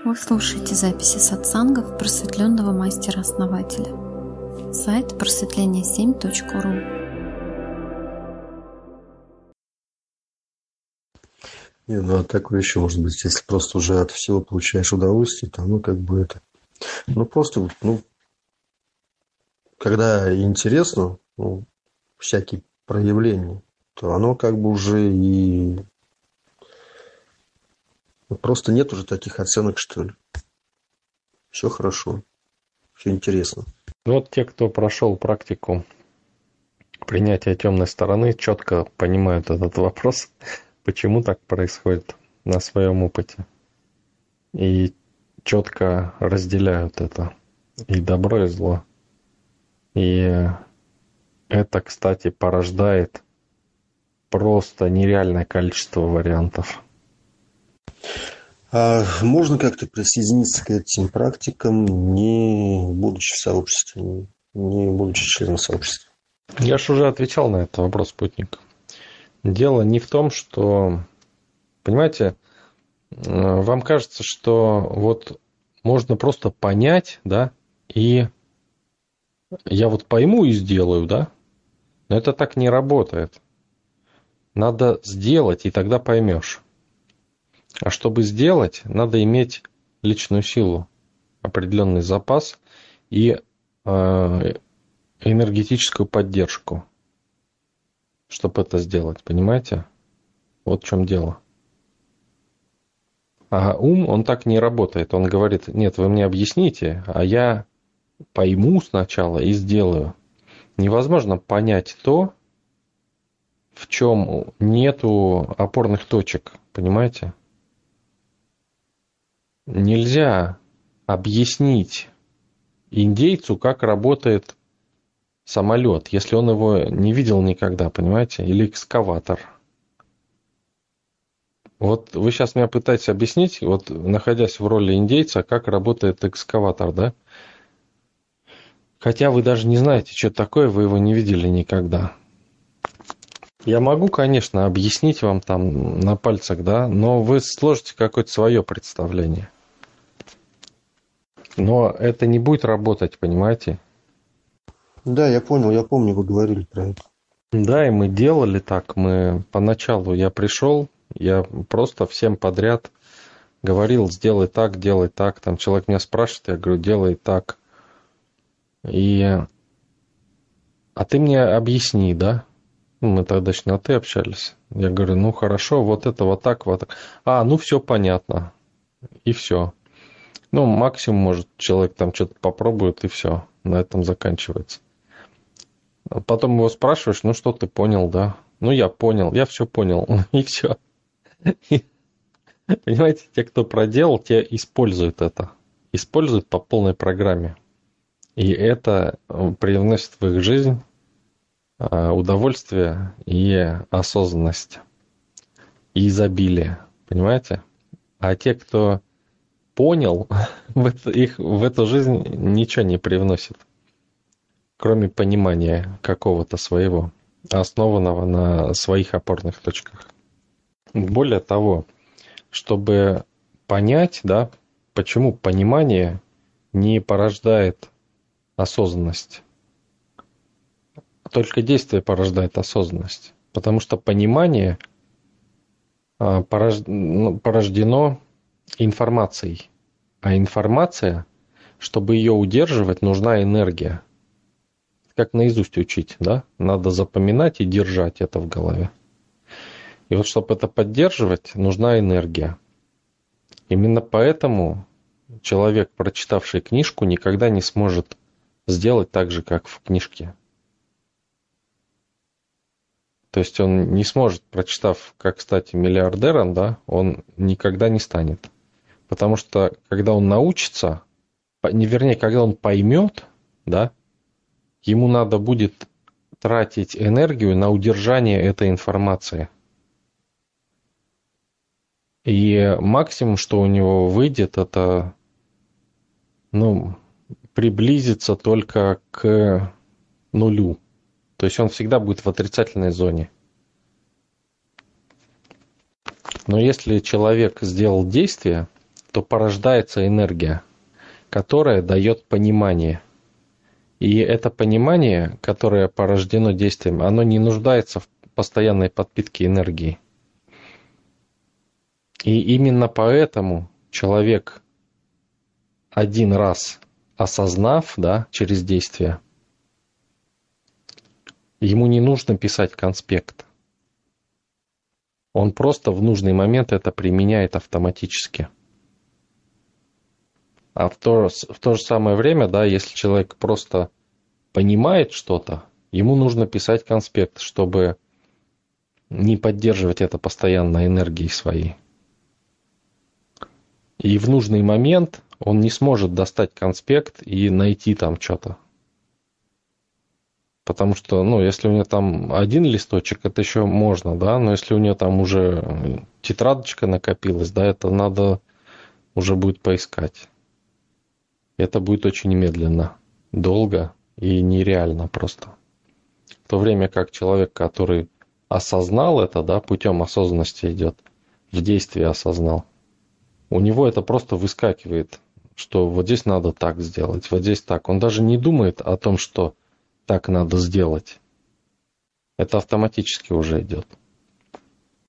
Вы слушаете записи сатсангов просветленного мастера-основателя. Сайт просветление7.ру. Не, ну а такое еще может быть, если просто уже от всего получаешь удовольствие, то оно как бы это... Ну просто, когда интересно, всякие проявления, то оно как бы уже и... Просто нет уже таких оценок, что ли. Все хорошо, все интересно. Вот те, кто прошел практику принятия темной стороны, четко понимают этот вопрос, почему так происходит на своем опыте. И четко разделяют это. И добро, и зло. И это, кстати, порождает просто нереальное количество вариантов. А можно как-то присоединиться к этим практикам, не будучи в сообществе, не будучи членом сообщества? Я же уже отвечал на этот вопрос, спутник. Дело не в том, что, понимаете, вам кажется, что вот можно просто понять, да, и я вот пойму и сделаю, да, но это так не работает. Надо сделать, и тогда поймешь. А чтобы сделать, надо иметь личную силу, определенный запас и энергетическую поддержку, чтобы это сделать, понимаете? Вот в чем дело. А ум, он так не работает. Он говорит, нет, вы мне объясните, а я пойму сначала и сделаю. Невозможно понять то, в чем нету опорных точек, понимаете? Нельзя объяснить индейцу, как работает самолет, если он его не видел никогда, понимаете? Или экскаватор. Вот вы сейчас меня пытаетесь объяснить, вот находясь в роли индейца, как работает экскаватор, да? Хотя вы даже не знаете, что это такое, вы его не видели никогда. Я могу, конечно, объяснить вам там на пальцах, да, но вы сложите какое-то свое представление. Но это не будет работать, понимаете? Да, я понял, я помню, вы говорили про это. Да, и мы делали так. Поначалу я пришел, я просто всем подряд говорил, сделай так, делай так. Там человек меня спрашивает, я говорю, делай так. А ты мне объясни, да? Мы тогда еще на «ты» общались. Я говорю, ну хорошо, вот это вот так, вот так. Ну все понятно. И все. Ну, максимум, может, человек там что-то попробует, и все. На этом заканчивается. А потом его спрашиваешь, ну что ты понял, да? Ну я понял, я все понял, и все. Понимаете, те, кто проделал, те используют это. Используют по полной программе. И это привносит в их жизнь удовольствие и осознанность, и изобилие. Понимаете? А те, кто понял, их в эту жизнь ничего не привносит, кроме понимания какого-то своего, основанного на своих опорных точках. Более того, чтобы понять, да, почему понимание не порождает осознанность. Только действие порождает осознанность. Потому что понимание порождено информацией. А информация, чтобы ее удерживать, нужна энергия. Как наизусть учить, да? Надо запоминать и держать это в голове. И вот чтобы это поддерживать, нужна энергия. Именно поэтому человек, прочитавший книжку, никогда не сможет сделать так же, как в книжке. То есть он не сможет, прочитав, как стать миллиардером, да, он никогда не станет. Потому что когда он научится, когда он поймет, да, ему надо будет тратить энергию на удержание этой информации. И максимум, что у него выйдет, это приблизиться только к нулю. То есть он всегда будет в отрицательной зоне. Но если человек сделал действие, то порождается энергия, которая дает понимание. И это понимание, которое порождено действием, оно не нуждается в постоянной подпитке энергии. И именно поэтому человек, один раз осознав, да, через действие, ему не нужно писать конспект. Он просто в нужный момент это применяет автоматически. А в то же самое время, да, если человек просто понимает что-то, ему нужно писать конспект, чтобы не поддерживать это постоянно энергией своей. И в нужный момент он не сможет достать конспект и найти там что-то. Потому что, если у него там один листочек, это еще можно, да, но если у него там уже тетрадочка накопилась, да, это надо уже будет поискать. Это будет очень медленно, долго и нереально просто. В то время как человек, который осознал это, да, путем осознанности идет, в действии осознал, у него это просто выскакивает, что вот здесь надо так сделать, вот здесь так. Он даже не думает о том, что так надо сделать. Это автоматически уже идет.